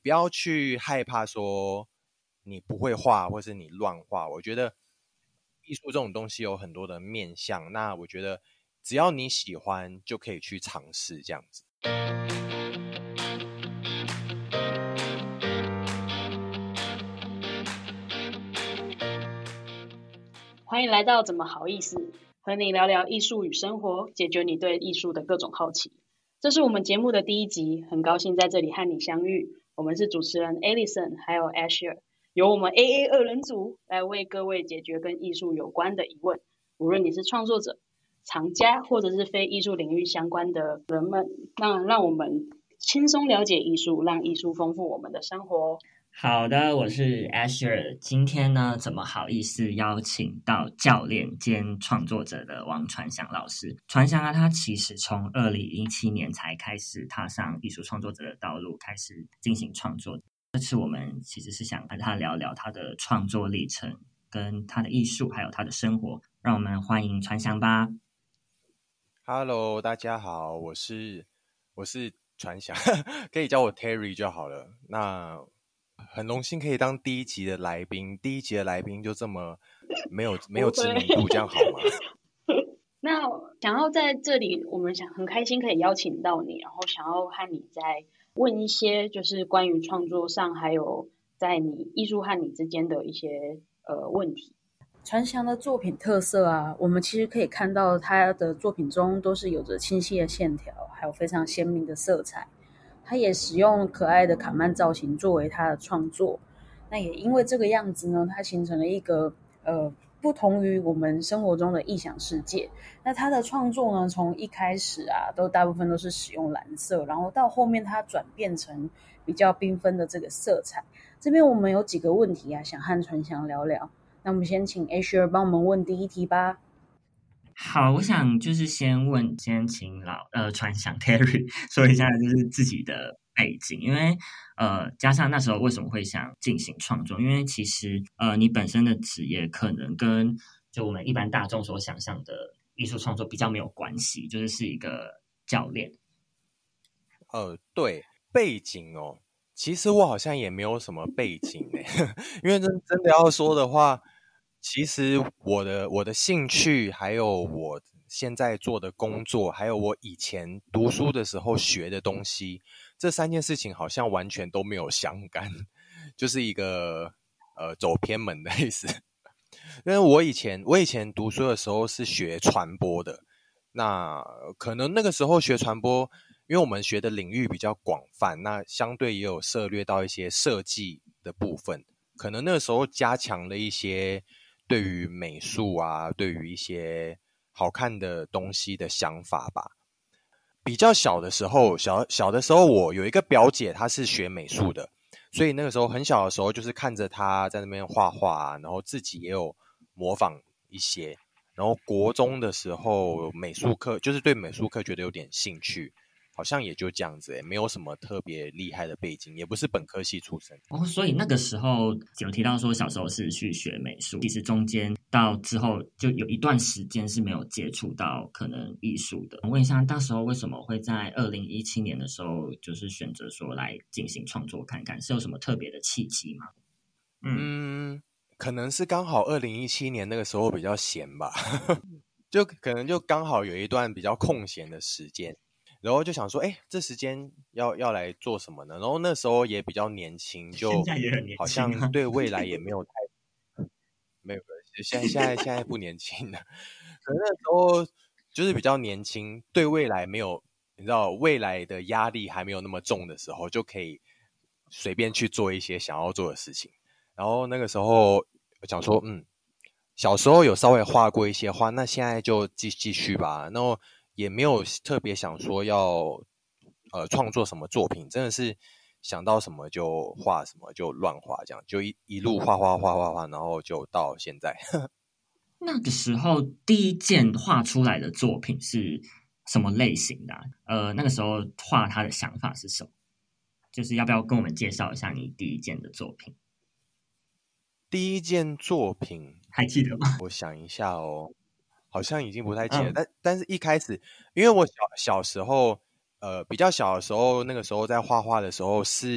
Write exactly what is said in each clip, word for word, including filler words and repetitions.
不要去害怕说你不会画或是你乱画。我觉得艺术这种东西有很多的面向，那我觉得只要你喜欢就可以去尝试这样子。 欢迎来到怎么好意思，和你聊聊艺术与生活，解决你对艺术的各种好奇。这是我们节目的第一集，很高兴在这里和你相遇。我们是主持人 Alison 还有 Asher， 由我们 A A 二人组来为各位解决跟艺术有关的疑问。无论你是创作者、藏家或者是非艺术领域相关的人们，那让我们轻松了解艺术，让艺术丰富我们的生活。 好的，我是 Asher。今天呢，怎么好意思邀请到教练兼创作者的王传祥老师。传祥啊，他其实从二零一七年才开始踏上艺术创作者的道路，开始进行创作。这次我们其实是想跟他聊聊他的创作历程，跟他的艺术，还有他的生活。让我们欢迎传祥吧。 Hello， 大家好，我是我是传祥，可以叫我 Terry 就好了。那很荣幸可以当第一集的来宾，第一集的来宾就这么没有没有知名度，这样好吗？ 那想要在这里，我们想很开心可以邀请到你，然后想要和你再问一些就是关于创作上，还有在你艺术和你之间的一些呃问题。传祥的作品特色啊，我们其实可以看到他的作品中都是有着清晰的线条，还有非常鲜明的色彩。他也使用可爱的卡曼造型作为他的创作，那也因为这个样子呢，它形成了一个呃不同于我们生活中的异想世界。那他的创作呢，从一开始啊，都大部分都是使用蓝色，然后到后面它转变成比较缤纷的这个色彩。这边我们有几个问题啊，想和传祥聊聊。那我们先请 Asher 帮我们问第一题吧。 好，我想就是先问，先请老呃传祥 Terry 说一下就是自己的背景，因为呃加上那时候为什么会想进行创作，因为其实呃你本身的职业可能跟就我们一般大众所想象的艺术创作比较没有关系，就是是一个教练。 呃，对，背景哦，其实我好像也没有什么背景欸因为真真的要说的话，其实我的我的兴趣，还有我现在做的工作，还有我以前读书的时候学的东西，这三件事情好像完全都没有相干，就是一个呃走偏门的意思。因为我以前我以前读书的时候是学传播的，那可能那个时候学传播，因为我们学的领域比较广泛，那相对也有涉猎到一些设计的部分，可能那个时候加强了一些对于美术啊，对于一些好看的东西的想法吧。比较小的时候，小小的时候，我有一个表姐，她是学美术的，所以那个时候很小的时候，就是看着她在那边画画啊，然后自己也有模仿一些。然后国中的时候，美术课就是对美术课觉得有点兴趣，好像也就这样子，没有什么特别厉害的背景，也不是本科系出身。 哦，所以那个时候有提到说小时候是去学美术，其实中间到之后就有一段时间是没有接触到可能艺术的。我问一下，那时候为什么会在二零一七年的时候就是选择说来进行创作看看，是有什么特别的契机吗？ 嗯，嗯可能是刚好二零一七年那个时候比较闲吧，就可能就刚好有一段比较空闲的时间。然后就想说，哎，这时间要要来做什么呢？然后那时候也比较年轻，就现在也很年好轻啊。 像对未来也没有太没有，现在现在现在不年轻了。可能那时候就是比较年轻，对未来没有，你知道未来的压力还没有那么重的时候，就可以随便去做一些想要做的事情。然后那个时候讲说，嗯，小时候有稍微画过一些画，那现在就继继续吧。然后也没有特别想说要呃创作什么作品，真的是想到什么就画什么，就乱画，这样就一一路画画画画画，然后就到现在。 那个时候第一件画出来的作品是什么类型的啊？呃，那个时候画他的想法是什么？就是要不要跟我们介绍一下你第一件的作品？ 第一件作品还记得吗？ 我想一下哦，好像已经不太记得， 嗯但但是一开始，因为我小小时候，呃，比较小的时候，那个时候在画画的时候是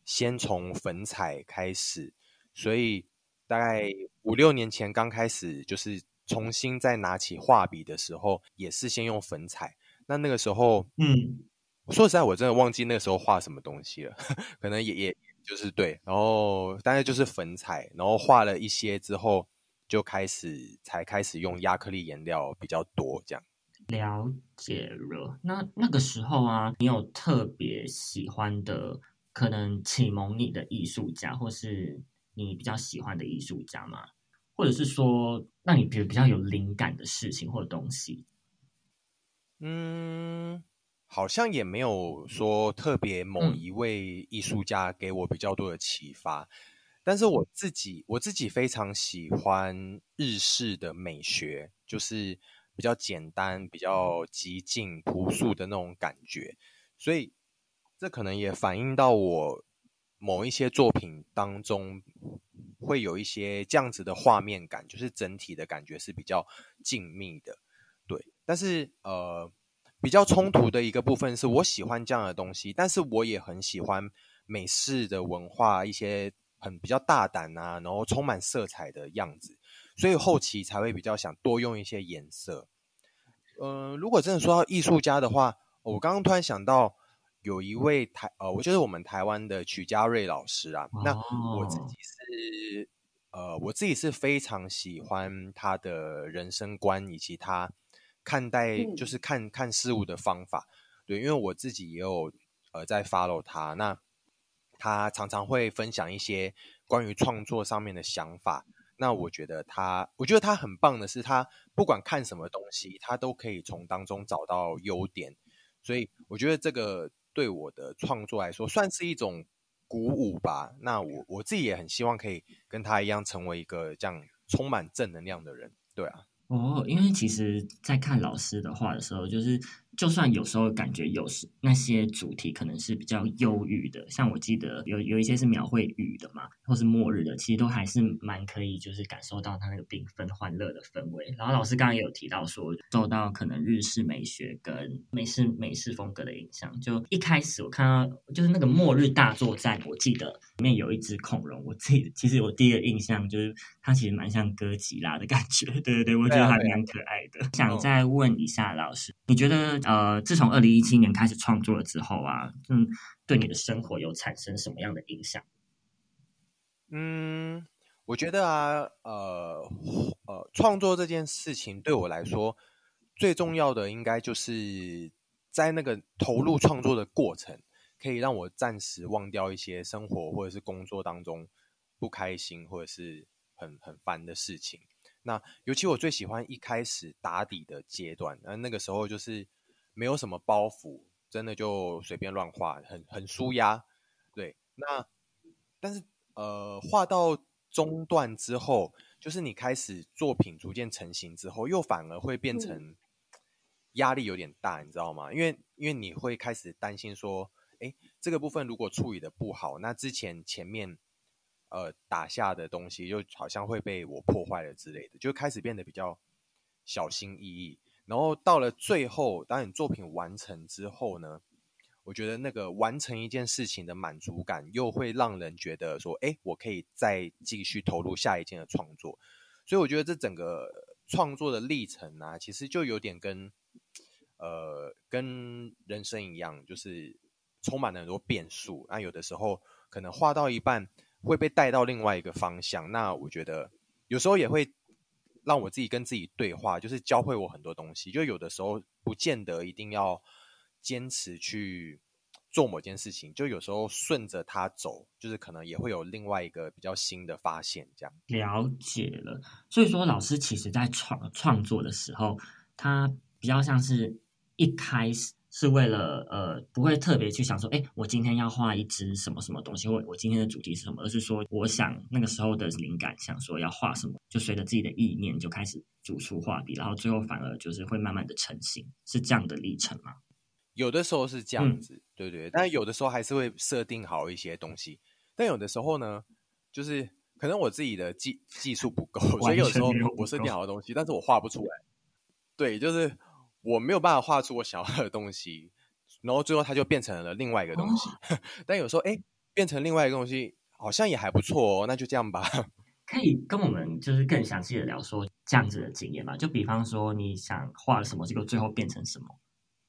先从粉彩开始，所以大概五六年前刚开始，就是重新再拿起画笔的时候，也是先用粉彩。那那个时候， 嗯， 说实在，我真的忘记那个时候画什么东西了，可能也也就是对，然后大概就是粉彩，然后画了一些之后，就开始才开始用亚克力颜料比较多这样。 了解了。那那个时候啊，你有特别喜欢的，可能启蒙你的艺术家，或是你比较喜欢的艺术家吗？或者是说，让你比比较有灵感的事情或东西？ 嗯，好像也没有说特别某嗯一位艺术家给我比较多的启发，但是我自己我自己非常喜欢日式的美学，就是比较简单、比较极尽朴素的那种感觉，所以这可能也反映到我某一些作品当中会有一些这样子的画面感，就是整体的感觉是比较静谧的。对，但是呃，比较冲突的一个部分是我喜欢这样的东西，但是我也很喜欢美式的文化，一些很比较大胆啊，然后充满色彩的样子，所以后期才会比较想多用一些颜色。呃，如果真的说到艺术家的话，我刚刚突然想到有一位台呃，我就是我们台湾的曲家瑞老师啊。那我自哦， 己是呃，我自己是非常喜欢他的人生观以及他看待就嗯是看看事物的方法。对，因为我自己也有呃在 follow 他，那他常常会分享一些关于创作上面的想法。那我觉得他，我觉得他很棒的是，他不管看什么东西，他都可以从当中找到优点。所以我觉得这个对我的创作来说，算是一种鼓舞吧。那我我自己也很希望可以跟他一样，成为一个这样充满正能量的人。对啊。 哦，因为其实，在看老师的画的时候，就是就算有时候感觉有时那些主题可能是比较忧郁的，像我记得有有一些是描绘雨的嘛，或是末日的，其实都还是蛮可以，就是感受到它那个缤纷欢乐的氛围。然后老师刚刚也有提到说，受到可能日式美学跟美式美式风格的影响。就一开始我看到就是那个末日大作战，我记得里面有一只恐龙，我自己其实我第一个印象就是它其实蛮像哥吉拉的感觉，对对对，我觉得还蛮可爱的。想再问一下老师，你觉得呃，自从二零一七年开始创作了之后啊，嗯，对你的生活有产生什么样的影响？ 嗯，我觉得啊，呃呃，创作这件事情对我来说，最重要的应该就是在那个投入创作的过程，可以让我暂时忘掉一些生活或者是工作当中不开心或者是很很烦的事情。那尤其我最喜欢一开始打底的阶段，那那个时候就是没有什么包袱，真的就随便乱画，很很舒压。对，那但是呃，画到中段之后，就是你开始作品逐渐成型之后，又反而会变嗯成压力有点大，你知道吗？因为因为你会开始担心说，哎，这个部分如果处理的不好，那之前前面呃打下的东西就好像会被我破坏了之类的，就开始变得比较小心翼翼。然后到了最后，当你作品完成之后呢，我觉得那个完成一件事情的满足感，又会让人觉得说，哎，我可以再继续投入下一件的创作。所以我觉得这整个创作的历程啊，其实就有点跟呃跟人生一样，就是充满了很多变数。那有的时候可能画到一半会被带到另外一个方向。那我觉得有时候也会让我自己跟自己对话，就是教会我很多东西。就有的时候不见得一定要坚持去做某件事情，就有时候顺着它走，就是可能也会有另外一个比较新的发现。这样了解了，所以说老师其实在创创作的时候，他比较像是一开始是为了呃，不会特别去想说，哎，我今天要画一只什么什么东西，或我今天的主题是什么，而是说，我想那个时候的灵感，想说要画什么，就随着自己的意念就开始煮出画笔，然后最后反而就是会慢慢的成型，是这样的历程吗？ 有的时候是这样嗯， 子，对对，但有的时候还是会设定好一些东西。但有的时候呢，就是可能我自己的技技术不够，所以有时候完全没有不我设够。 定好的东西，但是我画不出来。对，就是我没有办法画出我想要的东西，然后最后它就变成了另外一个东西。 哦， 但有时候，哎， 变成另外一个东西，好像也还不错哦，那就这样吧。 可以跟我们就是更详细的聊说这样子的经验吗？就比方说你想画了什么，结果最后变成什么？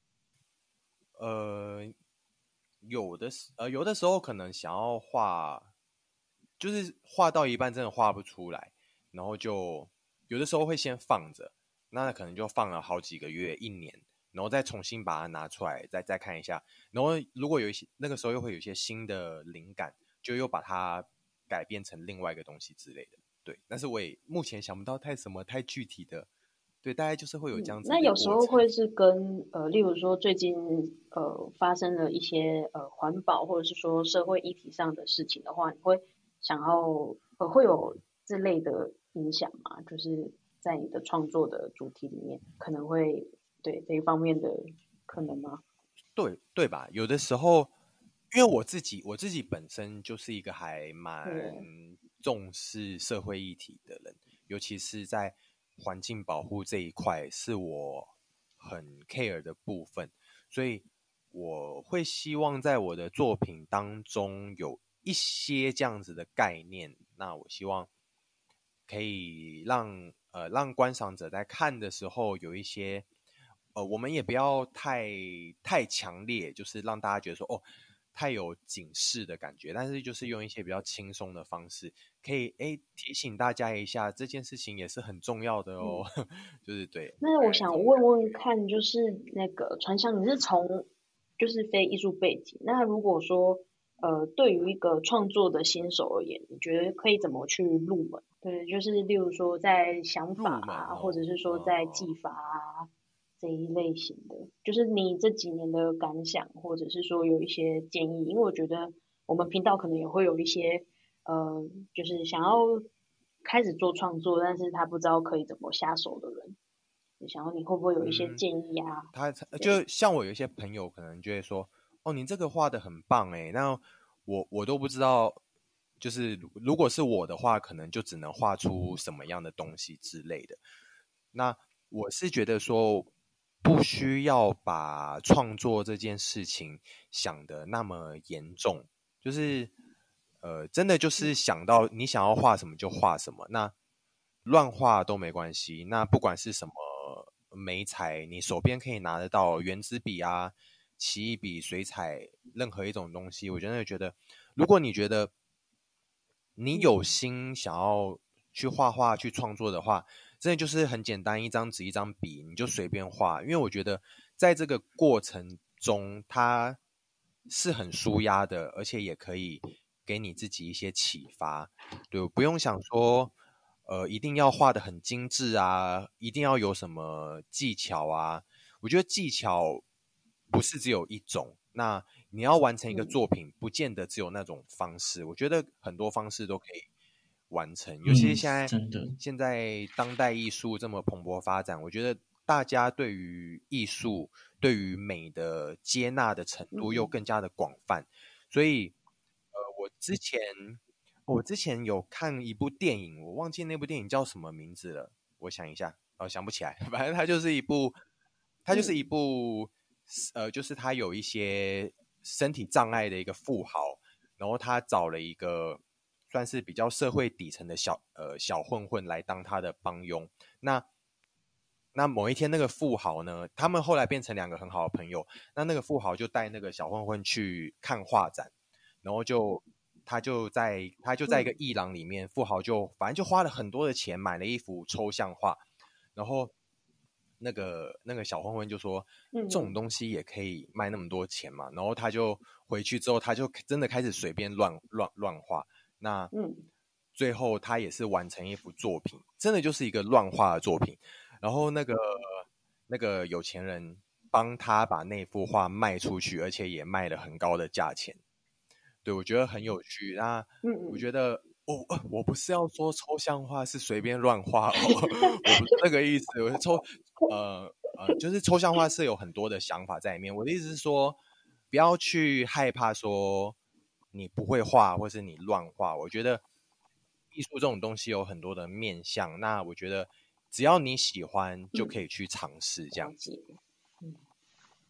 呃，有的时呃有的时候可能想要画，就是画到一半真的画不出来，然后就有的时候会先放着，那可能就放了好几个月、一年，然后再重新把它拿出来，再再看一下，然后如果有一些那个时候又会有一些新的灵感，就又把它改变成另外一个东西之类的。对，但是我也目前想不到太什么太具体的。对，大概就是会有这样嗯， 子的那有时过程。 候会是跟呃，例如说最近呃发生了一些呃环保或者是说社会议题上的事情的话，你会想要呃会有这类的影响吗？就是在你的创作的主题里面，可能会对这一方面的可能吗？ 对对吧？有的时候，因为我自己我自己本身就是一个还蛮对， 重视社会议题的人，尤其是在环境保护这一块，是我很 care 的部分，所以我会希望在我的作品当中有一些这样子的概念。那我希望可以让呃让观赏者在看的时候有一些。呃，我们也不要太太强烈，就是让大家觉得说哦，太有警示的感觉。但是就是用一些比较轻松的方式，可以哎提醒大家一下，这件事情也是很重要的哦。 嗯， 就是对， 那我大概这种感想问问觉。 看，就是那个传香，你是从就是非艺术背景，那如果说呃，对于一个创作的新手而言，你觉得可以怎么去入门？对，就是例如说在想法入门啊，或者哦， 是说在呃， 技法啊这一类型的，就是你这几年的感想，或者是说有一些建议，因为我觉得我们频道可能也会有一些呃，就是想要开始做创作，但是他不知道可以怎么下手的人。想要你会不会有一些嗯， 建议啊？ 他对， 就像我有一些朋友可能就会说，哦，你这个画的很棒诶，那我我都不知道，就是如果是我的话，可能就只能画出什么样的东西之类的。那我是觉得说，不需要把创作这件事情想得那么严重，就是呃，真的就是嗯想到你想要画什么就画什么，那乱画都没关系。那不管是什么媒材，你手边可以拿得到圆珠笔啊、奇异笔、水彩，任何一种东西，我真的觉得，如果你觉得你嗯有心想要去画画、去创作的话，真的就是很简单，一张纸、一张笔，你就随便画。因为我觉得在这个过程中，它是很舒压的，而且也可以给你自己一些启发。对，不用想说，呃，一定要画得很精致啊，一定要有什么技巧啊。我觉得技巧不是只有一种，那你要完成一个嗯作品，不见得只有那种方式。我觉得很多方式都可以完成，尤其是嗯， 现在真的， 现在当代艺术这么蓬勃发展，我觉得大家对于艺术、对于美的接纳的程度又嗯更加的广泛，所以呃，我之前我之前有看一部电影，我忘记那部电影叫什么名字了，我想一下，呃，想不起来。反正它就是一部，它就是一嗯部，呃，就是他有一些身体障碍的一个富豪，然后他找了一个算是比较社会底层的小呃小混混来当他的帮佣。那那某一天，那个富豪呢，他们后来变成两个很好的朋友。那那个富豪就带那个小混混去看画展，然后就他就在他就在一个嗯艺廊里面，富豪就反正就花了很多的钱买了一幅抽象画，然后那个那个小混混就说这种嗯东西也可以卖那么多钱嘛，然后他就回去之后，他就真的开始随便乱乱乱画，那嗯最后他也是完成一幅作品，真的就是一个乱画的作品，然后那个那个有钱人帮他把那幅画卖出去，而且也卖了很高的价钱。对，我觉得很有趣。那嗯嗯， 我觉得，哦，呃我不是要说抽象画是随便乱画哦，我不是这个意思。我是抽，呃呃，就是抽象画是有很多的想法在里面。我的意思是说，不要去害怕说你不会画，或是你乱画。我觉得艺术这种东西有很多的面向，那我觉得只要你喜欢，就可嗯， 以去尝试这样子。 了解。嗯，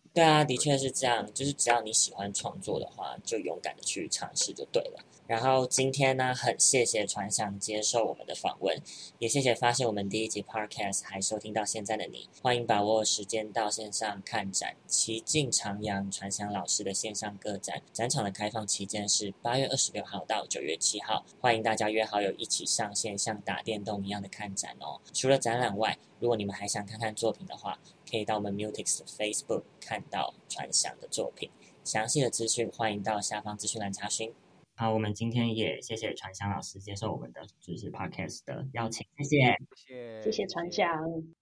对啊，的确是这样，就是只要你喜欢创作的话，就勇敢的去尝试就对了。然后今天呢，很谢谢传翔接受我们的访问，也谢谢发现我们第一集 Podcast 还收听到现在的你。欢迎把握时间到线上看展，旗径徜徉传翔老师的线上个展，展场的开放期间是八月二十六号到九月七号，欢迎大家约好友一起上线，像打电动一样的看展哦。除了展览外，如果你们还想看看作品的话，可以到我们 Mutix 的 Facebook 看到传翔的作品，详细的资讯欢迎到下方资讯栏查询。好，我们今天也谢谢传翔老师接受我们的就是 Podcast 的邀请，谢谢， 谢谢， 谢谢传翔。